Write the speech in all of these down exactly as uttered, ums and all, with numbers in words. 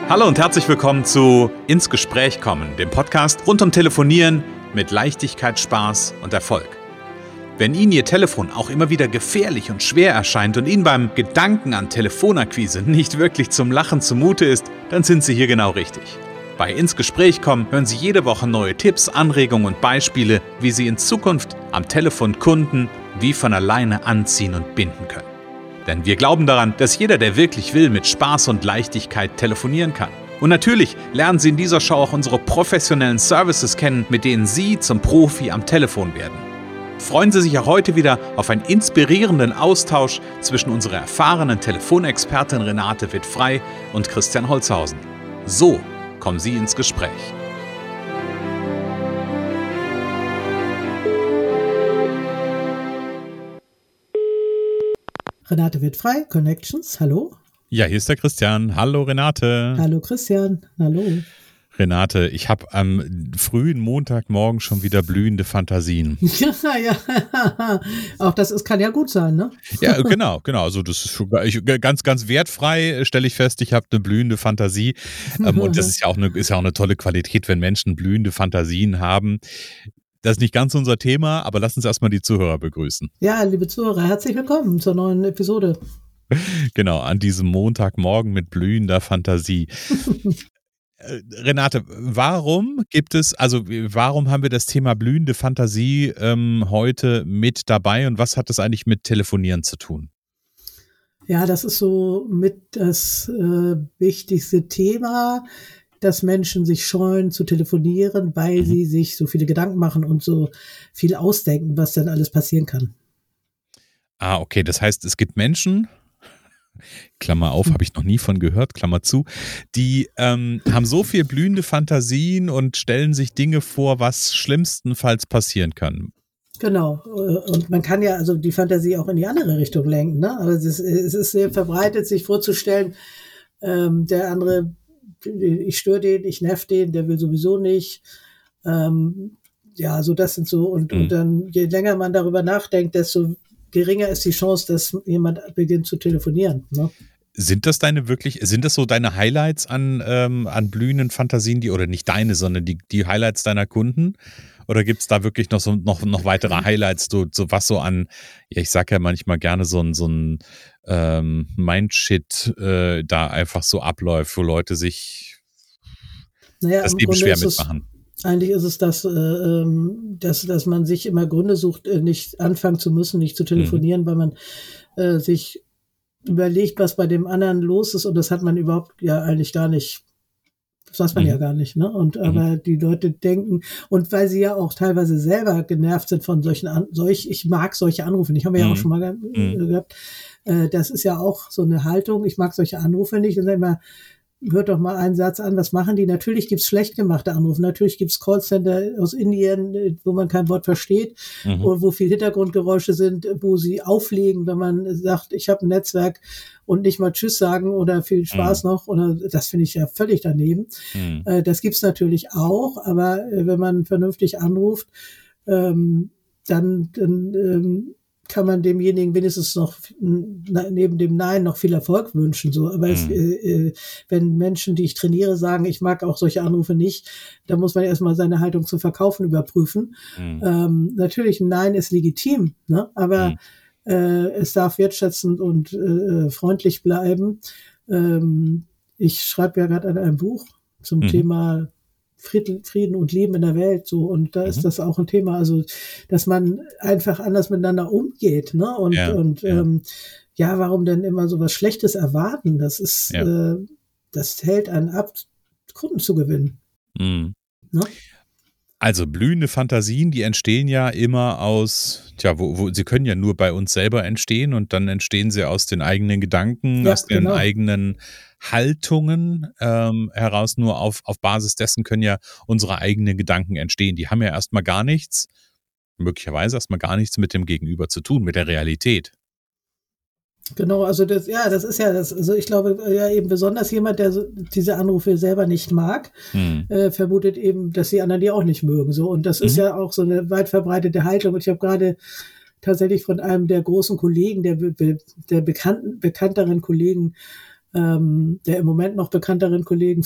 Hallo und herzlich willkommen zu Ins Gespräch kommen, dem Podcast rund um Telefonieren mit Leichtigkeit, Spaß und Erfolg. Wenn Ihnen Ihr Telefon auch immer wieder gefährlich und schwer erscheint und Ihnen beim Gedanken an Telefonakquise nicht wirklich zum Lachen zumute ist, dann sind Sie hier genau richtig. Bei Ins Gespräch kommen hören Sie jede Woche neue Tipps, Anregungen und Beispiele, wie Sie in Zukunft am Telefon Kunden wie von alleine anziehen und binden können. Denn wir glauben daran, dass jeder, der wirklich will, mit Spaß und Leichtigkeit telefonieren kann. Und natürlich lernen Sie in dieser Show auch unsere professionellen Services kennen, mit denen Sie zum Profi am Telefon werden. Freuen Sie sich auch heute wieder auf einen inspirierenden Austausch zwischen unserer erfahrenen Telefonexpertin Renate Witt-Frey und Christian Holzhausen. So kommen Sie ins Gespräch. Renate Witt-Frey, Connections, hallo. Ja, hier ist der Christian. Hallo Renate. Hallo Christian, hallo. Renate, ich habe am frühen Montagmorgen schon wieder blühende Fantasien. Ja, ja, auch das ist, kann ja gut sein, ne? Ja, genau, genau. Also das ist schon ich, ganz, ganz wertfrei, stelle ich fest, ich habe eine blühende Fantasie. Ähm, und das ist ja auch eine, ist ja auch eine tolle Qualität, wenn Menschen blühende Fantasien haben. Das ist nicht ganz unser Thema, aber lass uns erstmal die Zuhörer begrüßen. Ja, liebe Zuhörer, herzlich willkommen zur neuen Episode. Genau, an diesem Montagmorgen mit blühender Fantasie. Renate, warum gibt es, also warum haben wir das Thema blühende Fantasie ähm, heute mit dabei und was hat das eigentlich mit Telefonieren zu tun? Ja, das ist so mit das äh, wichtigste Thema, dass Menschen sich scheuen zu telefonieren, weil mhm. sie sich so viele Gedanken machen und so viel ausdenken, was dann alles passieren kann. Ah, okay, das heißt, es gibt Menschen, Klammer auf, habe ich noch nie von gehört, Klammer zu, die ähm, haben so viel blühende Fantasien und stellen sich Dinge vor, was schlimmstenfalls passieren kann. Genau, und man kann ja also die Fantasie auch in die andere Richtung lenken, ne? Aber es ist, es ist sehr verbreitet, sich vorzustellen, ähm, der andere, ich störe den, ich nerv den, der will sowieso nicht. Ähm, ja, so das sind so, und, mhm. und dann, je länger man darüber nachdenkt, desto geringer ist die Chance, dass jemand beginnt zu telefonieren. Ne? Sind das deine wirklich, sind das so deine Highlights an, ähm, an blühenden Fantasien, die, oder nicht deine, sondern die, die Highlights deiner Kunden? Oder gibt es da wirklich noch so noch, noch weitere Highlights, so, so was so an, ja, ich sag ja manchmal gerne so ein, so ein ähm, Mindshit äh, da einfach so abläuft, wo Leute sich naja, das Leben schwer mitmachen? Eigentlich ist es das, äh, dass, dass man sich immer Gründe sucht, äh, nicht anfangen zu müssen, nicht zu telefonieren, mhm. weil man äh, sich überlegt, was bei dem anderen los ist, und das hat man überhaupt ja eigentlich gar nicht, das weiß man mhm. ja gar nicht, ne? Und mhm. aber die Leute denken, und weil sie ja auch teilweise selber genervt sind von solchen, An- solch, ich mag solche Anrufe nicht, haben wir mhm. ja auch schon mal ge- mhm. gehabt, äh, das ist ja auch so eine Haltung, ich mag solche Anrufe nicht, und dann immer, hört doch mal einen Satz an, was machen die? Natürlich gibt's schlecht gemachte Anrufe, natürlich gibt's Callcenter aus Indien, wo man kein Wort versteht, mhm. und wo viel Hintergrundgeräusche sind, wo sie auflegen, wenn man sagt, ich habe ein Netzwerk, und nicht mal Tschüss sagen oder viel Spaß mhm. noch, oder das finde ich ja völlig daneben. Mhm. Äh, das gibt's natürlich auch, aber äh, wenn man vernünftig anruft, ähm, dann, dann ähm, kann man demjenigen wenigstens noch neben dem Nein noch viel Erfolg wünschen. So, aber mhm. es, äh, wenn Menschen, die ich trainiere, sagen, ich mag auch solche Anrufe nicht, dann muss man erstmal seine Haltung zum Verkaufen überprüfen. Mhm. Ähm, natürlich, ein Nein ist legitim, ne? Aber mhm. äh, es darf wertschätzend und äh, freundlich bleiben. Ähm, ich schreibe ja gerade an einem Buch zum mhm. Thema Frieden und Leben in der Welt, so, und da mhm. ist das auch ein Thema, also dass man einfach anders miteinander umgeht, ne? Und ja, und ja. Ähm, ja, warum denn immer so was Schlechtes erwarten? Das ist, ja. äh, das hält einen ab, Kunden zu gewinnen. Mhm. Ne? Also blühende Fantasien, die entstehen ja immer aus, tja, wo, wo sie können ja nur bei uns selber entstehen, und dann entstehen sie aus den eigenen Gedanken, ja, aus den genau. eigenen Haltungen ähm, heraus. Nur auf, auf Basis dessen können ja unsere eigenen Gedanken entstehen. Die haben ja erstmal gar nichts, möglicherweise erstmal gar nichts mit dem Gegenüber zu tun, mit der Realität. Genau, also das, ja, das ist ja das, also ich glaube, ja, eben besonders jemand, der so, diese Anrufe selber nicht mag, hm. äh, vermutet eben, dass die anderen die auch nicht mögen, so. Und das mhm. ist ja auch so eine weit verbreitete Haltung. Und ich habe gerade tatsächlich von einem der großen Kollegen, der, der bekannten, bekannteren Kollegen, ähm, der im Moment noch bekannteren Kollegen.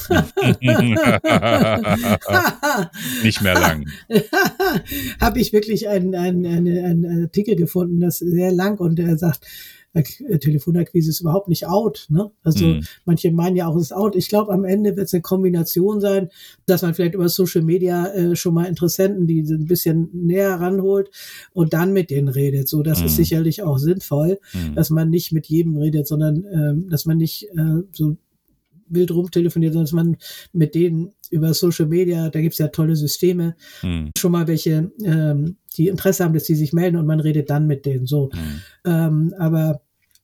Nicht mehr lang. Habe ich wirklich einen, einen, einen, einen Artikel gefunden, das ist sehr lang und er sagt, Telefonakquise ist überhaupt nicht out, ne? Also mm. manche meinen ja auch, es ist out. Ich glaube, am Ende wird es eine Kombination sein, dass man vielleicht über Social Media äh, schon mal Interessenten, die ein bisschen näher ranholt und dann mit denen redet. So, das mm. ist sicherlich auch sinnvoll, mm. dass man nicht mit jedem redet, sondern ähm, dass man nicht äh, so wild rumtelefoniert, sondern dass man mit denen über Social Media, da gibt's ja tolle Systeme, mm. schon mal welche, ähm, die Interesse haben, dass die sich melden und man redet dann mit denen. So, mm. ähm, aber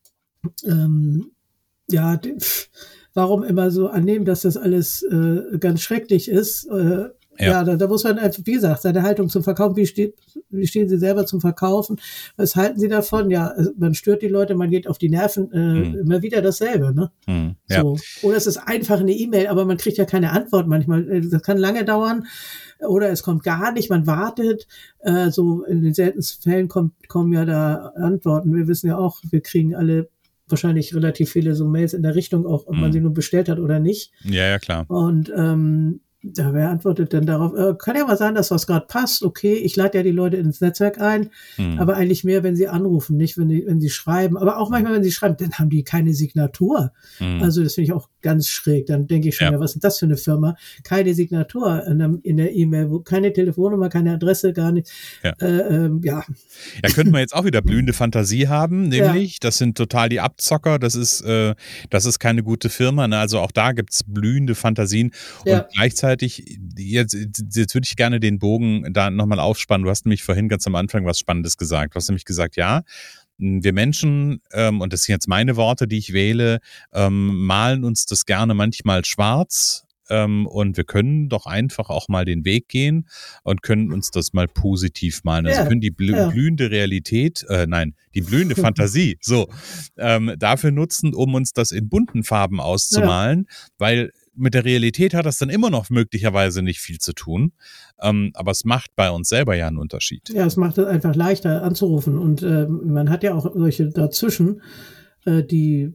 ähm, ja, pff, warum immer so annehmen, dass das alles äh, ganz schrecklich ist? Äh, ja, ja da, da muss man einfach, wie gesagt, seine Haltung zum Verkaufen, wie, steht, wie stehen Sie selber zum Verkaufen? Was halten Sie davon? Ja, man stört die Leute, man geht auf die Nerven, äh, hm. immer wieder dasselbe, ne? Hm, ja. So. Oder es ist einfach eine E-Mail, aber man kriegt ja keine Antwort manchmal. Das kann lange dauern. Oder es kommt gar nicht, man wartet. Äh, so in den seltensten Fällen kommt, kommen ja da Antworten. Wir wissen ja auch, wir kriegen alle wahrscheinlich relativ viele so Mails in der Richtung, auch ob hm. man sie nur bestellt hat oder nicht. Ja, ja, klar. Und ähm, ja, wer antwortet denn darauf? Äh, kann ja mal sein, dass was gerade passt. Okay, ich lade ja die Leute ins Netzwerk ein, hm. aber eigentlich mehr, wenn sie anrufen, nicht wenn, die, wenn sie schreiben. Aber auch manchmal, wenn sie schreiben, dann haben die keine Signatur. Hm. Also das finde ich auch ganz schräg. Dann denke ich schon, ja. ja, was ist das für eine Firma? Keine Signatur in der, in der E-Mail, wo keine Telefonnummer, keine Adresse, gar nicht. Ja, äh, ähm, ja. ja könnten wir jetzt auch wieder blühende Fantasie haben, nämlich, ja. das sind total die Abzocker, das ist, äh, das ist keine gute Firma. Ne? Also auch da gibt's blühende Fantasien ja. und gleichzeitig Jetzt, jetzt würde ich gerne den Bogen da nochmal aufspannen. Du hast nämlich vorhin ganz am Anfang was Spannendes gesagt. Du hast nämlich gesagt, ja, wir Menschen, ähm, und das sind jetzt meine Worte, die ich wähle, ähm, malen uns das gerne manchmal schwarz. Ähm, und wir können doch einfach auch mal den Weg gehen und können uns das mal positiv malen. Also ja, können die blü- ja. blühende Realität, äh, nein, die blühende Fantasie, so, ähm, dafür nutzen, um uns das in bunten Farben auszumalen, ja. weil mit der Realität hat das dann immer noch möglicherweise nicht viel zu tun, ähm, aber es macht bei uns selber ja einen Unterschied. Ja, es macht es einfach leichter anzurufen und äh, man hat ja auch solche dazwischen, äh, die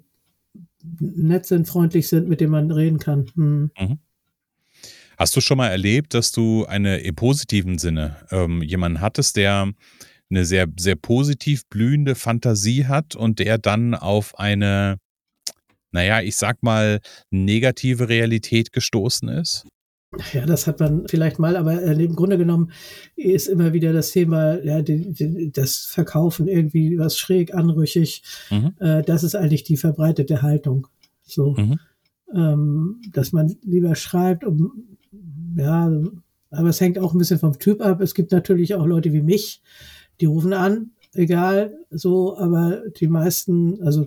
nett sind, freundlich sind, mit denen man reden kann. Hm. Mhm. Hast du schon mal erlebt, dass du eine im positiven Sinne ähm, jemanden hattest, der eine sehr, sehr positiv blühende Fantasie hat und der dann auf eine, naja, ich sag mal, negative Realität gestoßen ist? Ja, das hat man vielleicht mal, aber im Grunde genommen ist immer wieder das Thema, ja, die, die, das Verkaufen irgendwie was schräg, anrüchig. Mhm. Äh, das ist eigentlich die verbreitete Haltung. So, mhm. ähm, dass man lieber schreibt, um, ja, aber es hängt auch ein bisschen vom Typ ab. Es gibt natürlich auch Leute wie mich, die rufen an, egal, so, aber die meisten, also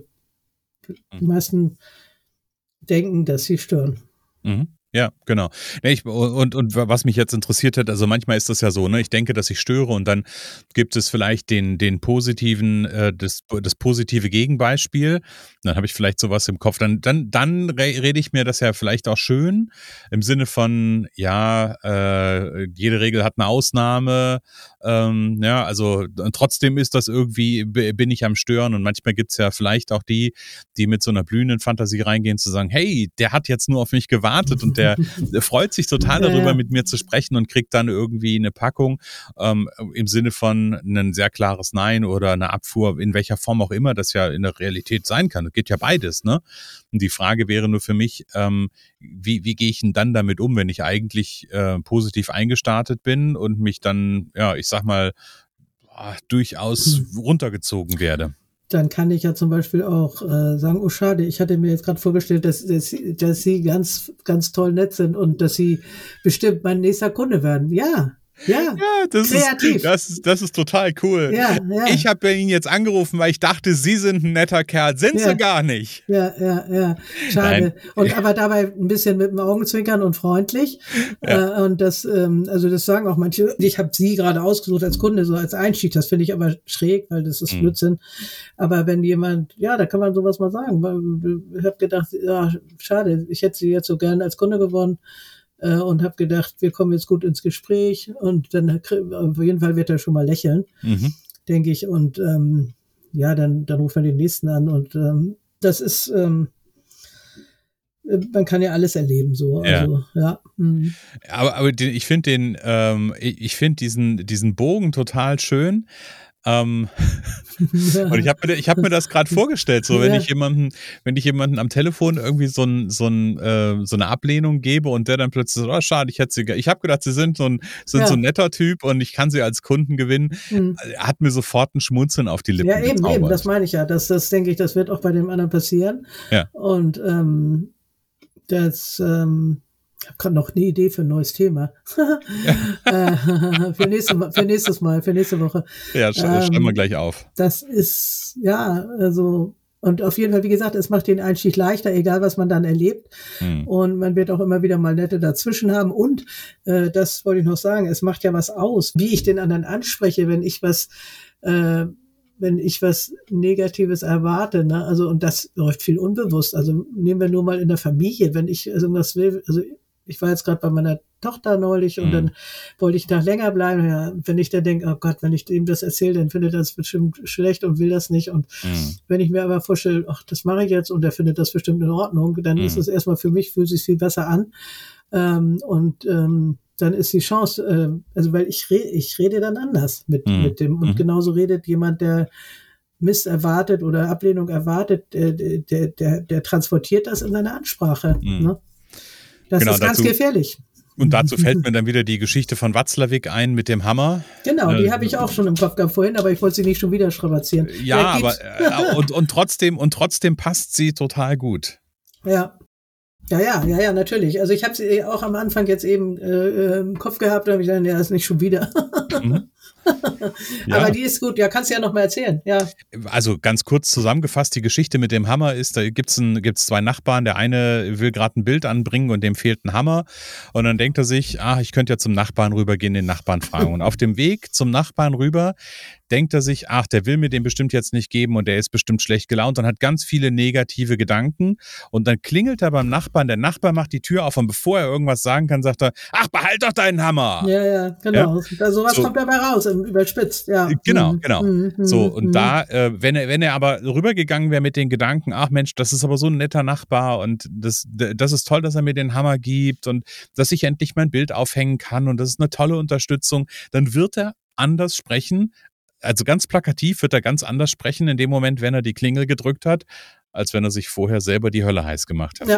die meisten denken, dass sie stören. Mhm. Ja, genau. Ich, und, und was mich jetzt interessiert hat, also manchmal ist das ja so, ne, ich denke, dass ich störe und dann gibt es vielleicht den, den positiven, äh, das, das positive Gegenbeispiel. Dann habe ich vielleicht sowas im Kopf. Dann, dann, dann rede ich mir das ja vielleicht auch schön im Sinne von, ja, äh, jede Regel hat eine Ausnahme. Ähm, ja, also trotzdem ist das irgendwie, bin ich am Stören und manchmal gibt's ja vielleicht auch die, die mit so einer blühenden Fantasie reingehen, zu sagen, hey, der hat jetzt nur auf mich gewartet und der Der freut sich total darüber, ja, ja. mit mir zu sprechen und kriegt dann irgendwie eine Packung ähm, im Sinne von ein sehr klares Nein oder eine Abfuhr, in welcher Form auch immer das ja in der Realität sein kann. Das geht ja beides, ne? Und die Frage wäre nur für mich, ähm, wie, wie gehe ich denn dann damit um, wenn ich eigentlich äh, positiv eingestartet bin und mich dann, ja, ich sag mal, boah, durchaus hm. runtergezogen werde? Dann kann ich ja zum Beispiel auch äh, sagen, oh schade, ich hatte mir jetzt gerade vorgestellt, dass, dass, dass Sie ganz, ganz toll nett sind und dass Sie bestimmt mein nächster Kunde werden. Ja, ja, ja, das kreativ. Ist, das, ist, das ist total cool. Ja, ja. Ich habe ja ihn jetzt angerufen, weil ich dachte, Sie sind ein netter Kerl. Sind ja. Sie gar nicht. Ja, ja, ja. Schade. Nein. Und aber dabei ein bisschen mit dem Augenzwinkern und freundlich. Ja. Äh, und das, ähm, also das sagen auch manche, ich habe Sie gerade ausgesucht als Kunde, so als Einstieg. Das finde ich aber schräg, weil das ist mhm. Blödsinn. Aber wenn jemand, ja, da kann man sowas mal sagen. Weil ich habe gedacht, ja, schade, ich hätte Sie jetzt so gerne als Kunde gewonnen. Und habe gedacht, wir kommen jetzt gut ins Gespräch und dann auf jeden Fall wird er schon mal lächeln, mhm. denke ich. Und ähm, ja, dann, dann ruft man den nächsten an und ähm, das ist, ähm, man kann ja alles erleben, so. Ja. Also, ja. Mhm. Aber, aber den, ich finde den, ähm, ich, ich finde diesen, diesen Bogen total schön. Ähm, und ich habe mir, ich hab mir das gerade vorgestellt, so wenn Ja. ich jemanden, wenn ich jemanden am Telefon irgendwie so, ein, so, ein, äh, so eine Ablehnung gebe und der dann plötzlich so, oh schade, ich hätte sie, ich habe gedacht, sie sind so ein, sind Ja. so ein netter Typ und ich kann sie als Kunden gewinnen, Mhm. hat mir sofort ein Schmunzeln auf die Lippen Ja, eben, gezaubert. eben, das meine ich ja. Das, das denke ich, das wird auch bei dem anderen passieren. Ja. Und ähm, das, ähm, ich habe gerade noch eine Idee für ein neues Thema. äh, für, nächste, für nächstes Mal, für nächste Woche. Ja, sch ähm, schreiben wir gleich auf. Das ist, ja, also, und auf jeden Fall, wie gesagt, es macht den Einstieg leichter, egal was man dann erlebt. Hm. Und man wird auch immer wieder mal nette dazwischen haben. Und äh, das wollte ich noch sagen, es macht ja was aus, wie ich den anderen anspreche, wenn ich was äh, wenn ich was Negatives erwarte, ne, also, und das läuft viel unbewusst. Also nehmen wir nur mal in der Familie, wenn ich irgendwas will, also ich war jetzt gerade bei meiner Tochter neulich und mhm. dann wollte ich da länger bleiben. Ja, wenn ich dann denke, oh Gott, wenn ich ihm das erzähle, dann findet er das bestimmt schlecht und will das nicht. Und mhm. wenn ich mir aber vorstelle, ach, das mache ich jetzt und er findet das bestimmt in Ordnung, dann mhm. ist es erstmal für mich, fühlt sich viel besser an. Ähm, und ähm, dann ist die Chance, äh, also weil ich rede, ich rede dann anders mit, mhm. mit dem. Und mhm. genauso redet jemand, der Mist erwartet oder Ablehnung erwartet, der, der, der, der transportiert das in seine Ansprache. Mhm. Ne? Das genau, ist ganz dazu, gefährlich. Und dazu fällt mir dann wieder die Geschichte von Watzlawick ein mit dem Hammer. Genau, die äh, habe ich auch schon im Kopf gehabt vorhin, aber ich wollte sie nicht schon wieder strapazieren. Ja, ja aber äh, und, und, trotzdem, und trotzdem passt sie total gut. Ja. Ja, ja, ja, ja, natürlich. Also ich habe sie auch am Anfang jetzt eben äh, im Kopf gehabt, da habe ich gedacht, ja, ist nicht schon wieder. Mhm. Ja. Aber die ist gut, ja, kannst du ja noch mal erzählen, ja. Also ganz kurz zusammengefasst, die Geschichte mit dem Hammer ist, da gibt's ein, gibt's zwei Nachbarn, der eine will gerade ein Bild anbringen und dem fehlt ein Hammer und dann denkt er sich, ah, ich könnte ja zum Nachbarn rübergehen, den Nachbarn fragen und auf dem Weg zum Nachbarn rüber denkt er sich, ach, der will mir den bestimmt jetzt nicht geben und der ist bestimmt schlecht gelaunt und hat ganz viele negative Gedanken und dann klingelt er beim Nachbarn, der Nachbar macht die Tür auf und bevor er irgendwas sagen kann, sagt er, ach, behalt doch deinen Hammer. Ja, ja, genau. Ja? Da sowas so. Kommt dabei raus, überspitzt, ja. Genau, mhm. genau. Mhm. So, und mhm. da, äh, wenn er, wenn er aber rübergegangen wäre mit den Gedanken, ach Mensch, das ist aber so ein netter Nachbar und das, das ist toll, dass er mir den Hammer gibt und dass ich endlich mein Bild aufhängen kann und das ist eine tolle Unterstützung, dann wird er anders sprechen. Also ganz plakativ wird er ganz anders sprechen in dem Moment, wenn er die Klingel gedrückt hat, als wenn er sich vorher selber die Hölle heiß gemacht hat. Ja.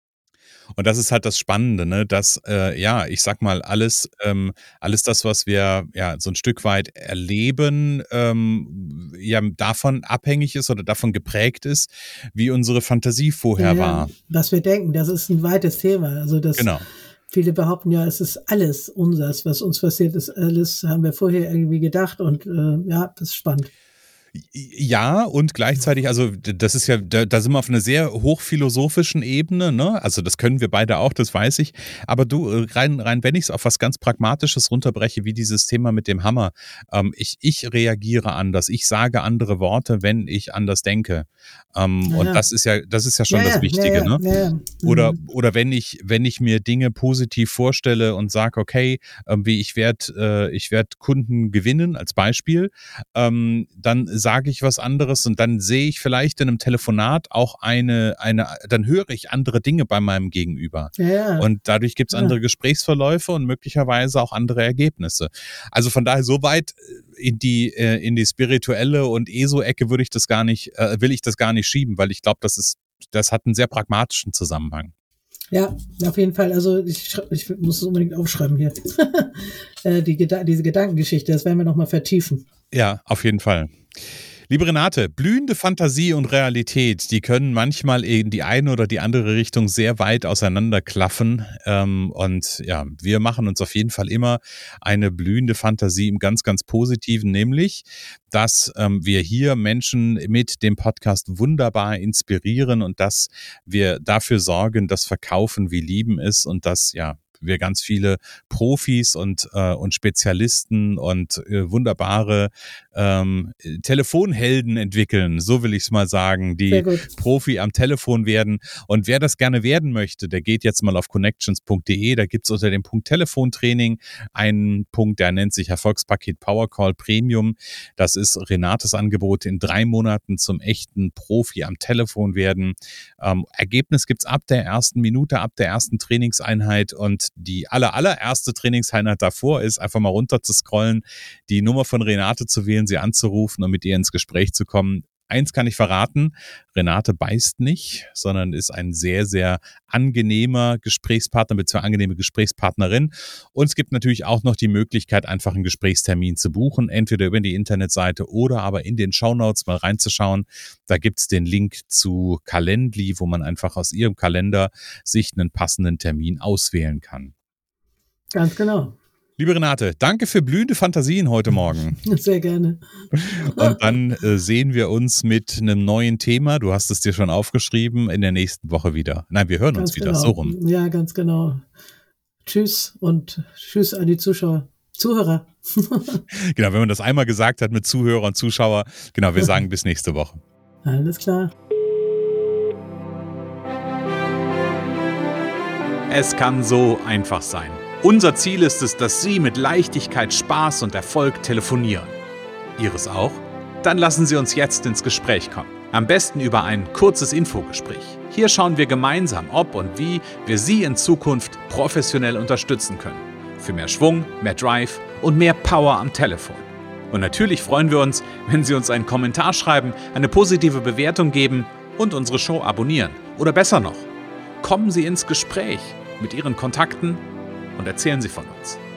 Und das ist halt das Spannende, ne? Dass, äh, ja, ich sag mal, alles, ähm, alles das, was wir ja so ein Stück weit erleben, ähm, ja davon abhängig ist oder davon geprägt ist, wie unsere Fantasie vorher ja, war. Was wir denken, das ist ein weites Thema. Also das Genau. Viele behaupten ja, es ist alles unseres, was uns passiert ist, alles haben wir vorher irgendwie gedacht und äh, ja, das ist spannend. Ja, und gleichzeitig, also das ist ja, da, da sind wir auf einer sehr hochphilosophischen Ebene, ne? Also das können wir beide auch, das weiß ich. Aber du, rein, rein wenn ich es auf was ganz Pragmatisches runterbreche, wie dieses Thema mit dem Hammer, ähm, ich, ich reagiere anders, ich sage andere Worte, wenn ich anders denke. Ähm, ja, und ja. das ist ja, das ist ja schon ja, das Wichtige, ja, ne? Ja, ja. Oder, mhm. oder wenn ich, wenn ich mir Dinge positiv vorstelle und sage, okay, ähm, wie ich werde, äh, ich werde Kunden gewinnen, als Beispiel, ähm, dann sage ich was anderes und dann sehe ich vielleicht in einem Telefonat auch eine, eine, dann höre ich andere Dinge bei meinem Gegenüber. Ja. Und dadurch gibt es ja. andere Gesprächsverläufe und möglicherweise auch andere Ergebnisse. Also von daher so weit in die, in die spirituelle und E S O-Ecke würde ich das gar nicht, äh, will ich das gar nicht schieben, weil ich glaube, das ist, das hat einen sehr pragmatischen Zusammenhang. Ja, auf jeden Fall. Also ich, ich muss es unbedingt aufschreiben hier. die, diese Gedankengeschichte, das werden wir nochmal vertiefen. Ja, auf jeden Fall. Liebe Renate, blühende Fantasie und Realität, die können manchmal in die eine oder die andere Richtung sehr weit auseinanderklaffen. Ähm, und ja, wir machen uns auf jeden Fall immer eine blühende Fantasie im ganz, ganz Positiven, nämlich, dass ähm, wir hier Menschen mit dem Podcast wunderbar inspirieren und dass wir dafür sorgen, dass Verkaufen wie Lieben ist und dass, ja, wir ganz viele Profis und, äh, und Spezialisten und äh, wunderbare ähm, Telefonhelden entwickeln, so will ich es mal sagen, die Profi am Telefon werden. Und wer das gerne werden möchte, der geht jetzt mal auf connections punkt de, da gibt es unter dem Punkt Telefontraining einen Punkt, der nennt sich Erfolgspaket Powercall Premium. Das ist Renates Angebot in drei Monaten zum echten Profi am Telefon werden. Ähm, Ergebnis gibt's ab der ersten Minute, ab der ersten Trainingseinheit, und die aller, allererste Trainingseinheit davor ist, einfach mal runter zu scrollen, die Nummer von Renate zu wählen, sie anzurufen und mit ihr ins Gespräch zu kommen. Eins kann ich verraten, Renate beißt nicht, sondern ist ein sehr, sehr angenehmer Gesprächspartner mit zwei angenehme Gesprächspartnerin. Und es gibt natürlich auch noch die Möglichkeit, einfach einen Gesprächstermin zu buchen, entweder über die Internetseite oder aber in den Shownotes mal reinzuschauen. Da gibt's den Link zu Calendly, wo man einfach aus ihrem Kalender sich einen passenden Termin auswählen kann. Ganz genau. Liebe Renate, danke für blühende Fantasien heute Morgen. Sehr gerne. Und dann äh, sehen wir uns mit einem neuen Thema, du hast es dir schon aufgeschrieben, in der nächsten Woche wieder. Nein, wir hören ganz uns wieder, genau. So rum. Ja, ganz genau. Tschüss und tschüss an die Zuschauer, Zuhörer. Genau, wenn man das einmal gesagt hat mit Zuhörer und Zuschauer, genau, wir sagen bis nächste Woche. Alles klar. Es kann so einfach sein. Unser Ziel ist es, dass Sie mit Leichtigkeit, Spaß und Erfolg telefonieren. Ihres auch? Dann lassen Sie uns jetzt ins Gespräch kommen. Am besten über ein kurzes Infogespräch. Hier schauen wir gemeinsam, ob und wie wir Sie in Zukunft professionell unterstützen können. Für mehr Schwung, mehr Drive und mehr Power am Telefon. Und natürlich freuen wir uns, wenn Sie uns einen Kommentar schreiben, eine positive Bewertung geben und unsere Show abonnieren. Oder besser noch, kommen Sie ins Gespräch mit Ihren Kontakten und erzählen Sie von uns.